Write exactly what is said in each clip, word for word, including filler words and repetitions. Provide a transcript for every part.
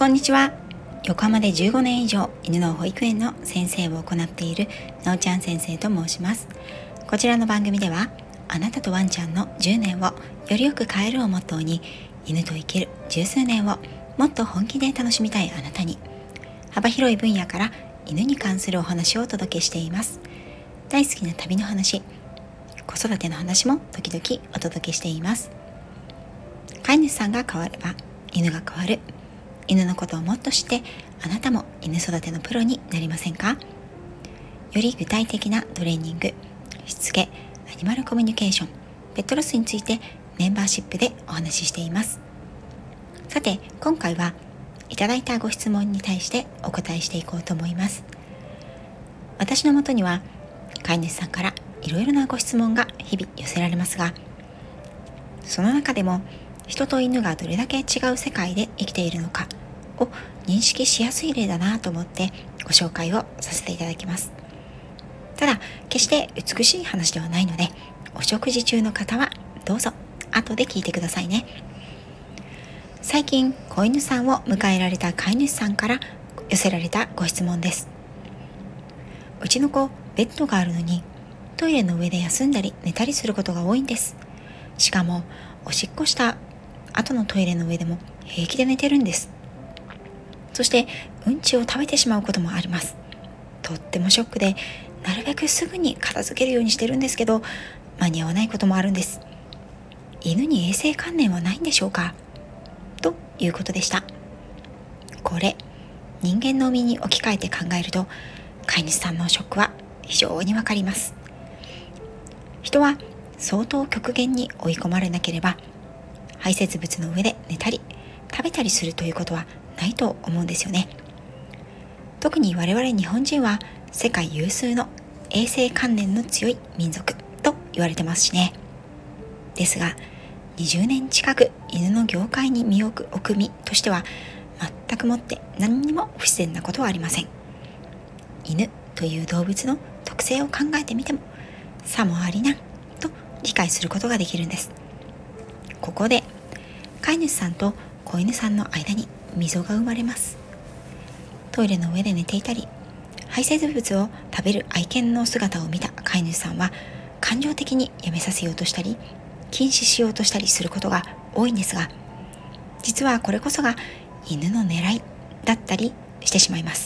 こんにちは。横浜でじゅうごねん以上犬の保育園の先生を行っているなおちゃん先生と申します。こちらの番組では、あなたとワンちゃんのじゅうねんをよりよく変えるをモットーに、犬と生きる十数年をもっと本気で楽しみたいあなたに、幅広い分野から犬に関するお話をお届けしています。大好きな旅の話、子育ての話も時々お届けしています。飼い主さんが変われば犬が変わる。犬のことをもっと知って、あなたも犬育てのプロになりませんか？より具体的なトレーニング、しつけ、アニマルコミュニケーション、ペットロスについてメンバーシップでお話ししています。さて、今回はいただいたご質問に対してお答えしていこうと思います。私のもとには飼い主さんからいろいろなご質問が日々寄せられますが、その中でも人と犬がどれだけ違う世界で生きているのかを認識しやすい例だなと思ってご紹介をさせていただきます。ただ、決して美しい話ではないので、お食事中の方はどうぞ後で聞いてくださいね。最近、子犬さんを迎えられた飼い主さんから寄せられたご質問です。うちの子、ベッドがあるのにトイレの上で休んだり寝たりすることが多いんです。しかも、おしっこした後のトイレの上でも平気で寝てるんです。そしてうんちを食べてしまうこともあります。とってもショックで、なるべくすぐに片付けるようにしてるんですけど、間に合わないこともあるんです。犬に衛生観念はないんでしょうか？ということでした。これ、人間の身に置き換えて考えると、飼い主さんのショックは非常にわかります。人は相当極限に追い込まれなければ、排泄物の上で寝たり食べたりするということはないと思うんですよね。特に我々日本人は世界有数の衛生観念の強い民族と言われてますしね。ですが、にじゅうねん近く犬の業界に身を置く身としては、全くもって何にも不自然なことはありません。犬という動物の特性を考えてみても、さもありなと理解することができるんです。ここで飼い主さんと子犬さんの間に溝が生まれます。トイレの上で寝ていたり、排泄物を食べる愛犬の姿を見た飼い主さんは、感情的にやめさせようとしたり、禁止しようとしたりすることが多いんですが、実はこれこそが犬の狙いだったりしてしまいます。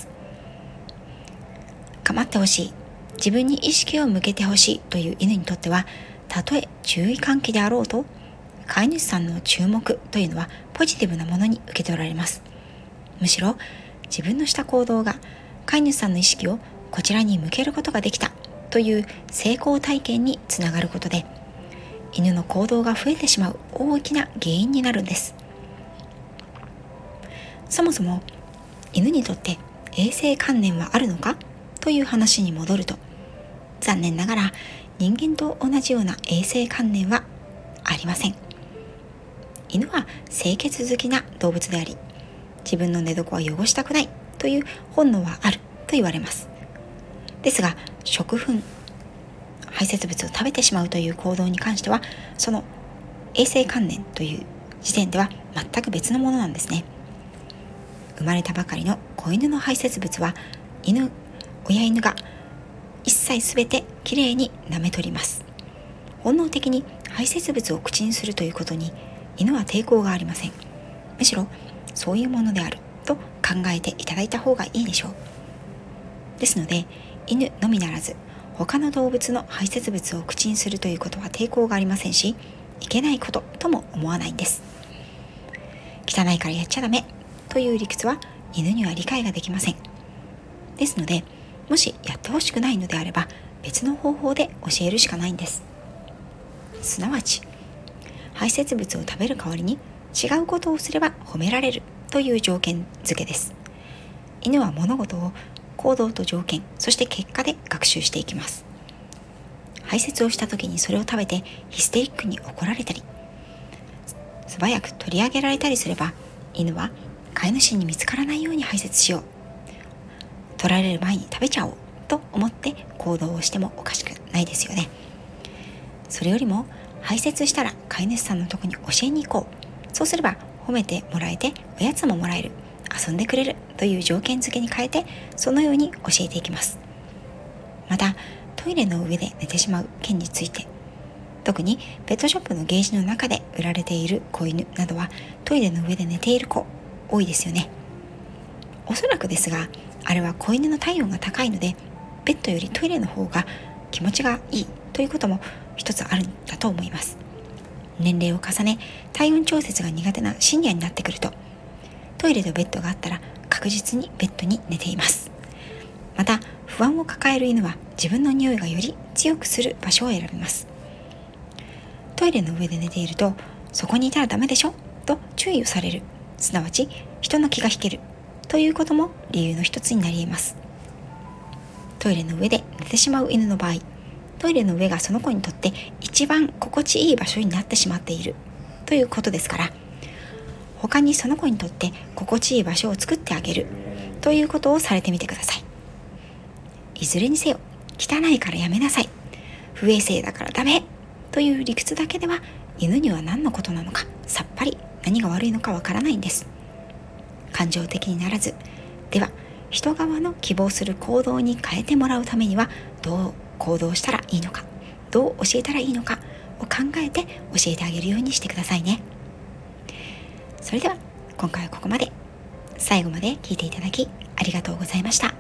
構ってほしい、自分に意識を向けてほしいという犬にとっては、たとえ注意喚起であろうと、飼い主さんの注目というのはポジティブなものに受け取られます。むしろ自分のした行動が飼い主さんの意識をこちらに向けることができたという成功体験につながることで、犬の行動が増えてしまう大きな原因になるんです。そもそも犬にとって衛生観念はあるのかという話に戻ると、残念ながら人間と同じような衛生観念はありません。犬は清潔好きな動物であり、自分の寝床は汚したくないという本能はあると言われます。ですが、食粉、排泄物を食べてしまうという行動に関しては、その衛生観念という時点では全く別のものなんですね。生まれたばかりの子犬の排泄物は、犬、親犬が一切すべてきれいに舐め取ります。本能的に排泄物を口にするということに犬は抵抗がありません。むしろそういうものであると考えていただいた方がいいでしょう。ですので、犬のみならず他の動物の排泄物を口にするということは抵抗がありませんし、いけないこととも思わないんです。汚いからやっちゃダメという理屈は犬には理解ができません。ですので、もしやってほしくないのであれば、別の方法で教えるしかないんです。すなわち、排泄物を食べる代わりに違うことをすれば褒められるという条件付けです。犬は物事を行動と条件、そして結果で学習していきます。排泄をした時にそれを食べてヒステリックに怒られたり、素早く取り上げられたりすれば、犬は飼い主に見つからないように排泄しよう、取られる前に食べちゃおうと思って行動をしてもおかしくないですよね。それよりも、排泄したら飼い主さんのとこに教えに行こう、そうすれば褒めてもらえておやつももらえる、 遊んでくれるという条件付けに変えて、そのように教えていきます。またトイレの上で寝てしまう件について、特にペットショップのゲージの中で売られている子犬などはトイレの上で寝ている子多いですよね。おそらくですが、あれは子犬の体温が高いので、ベッドよりトイレの方が気持ちがいいということも一つあるんだと思います。年齢を重ね、体温調節が苦手なシニアになってくると、トイレとベッドがあったら確実にベッドに寝ています。また不安を抱える犬は自分の匂いがより強くする場所を選びます。トイレの上で寝ていると、そこにいたらダメでしょと注意をされる、すなわち人の気が引けるということも理由の一つになり得ます。トイレの上で寝てしまう犬の場合、トイレの上がその子にとって一番心地いい場所になってしまっているということですから、他にその子にとって心地いい場所を作ってあげるということをされてみてください。いずれにせよ、汚いからやめなさい、不衛生だからダメという理屈だけでは犬には何のことなのかさっぱり何が悪いのかわからないんです。感情的にならず、では人側の希望する行動に変えてもらうためにはどう行動したらいいのか、どう教えたらいいのかを考えて教えてあげるようにしてくださいね。それでは今回はここまで。最後まで聞いていただきありがとうございました。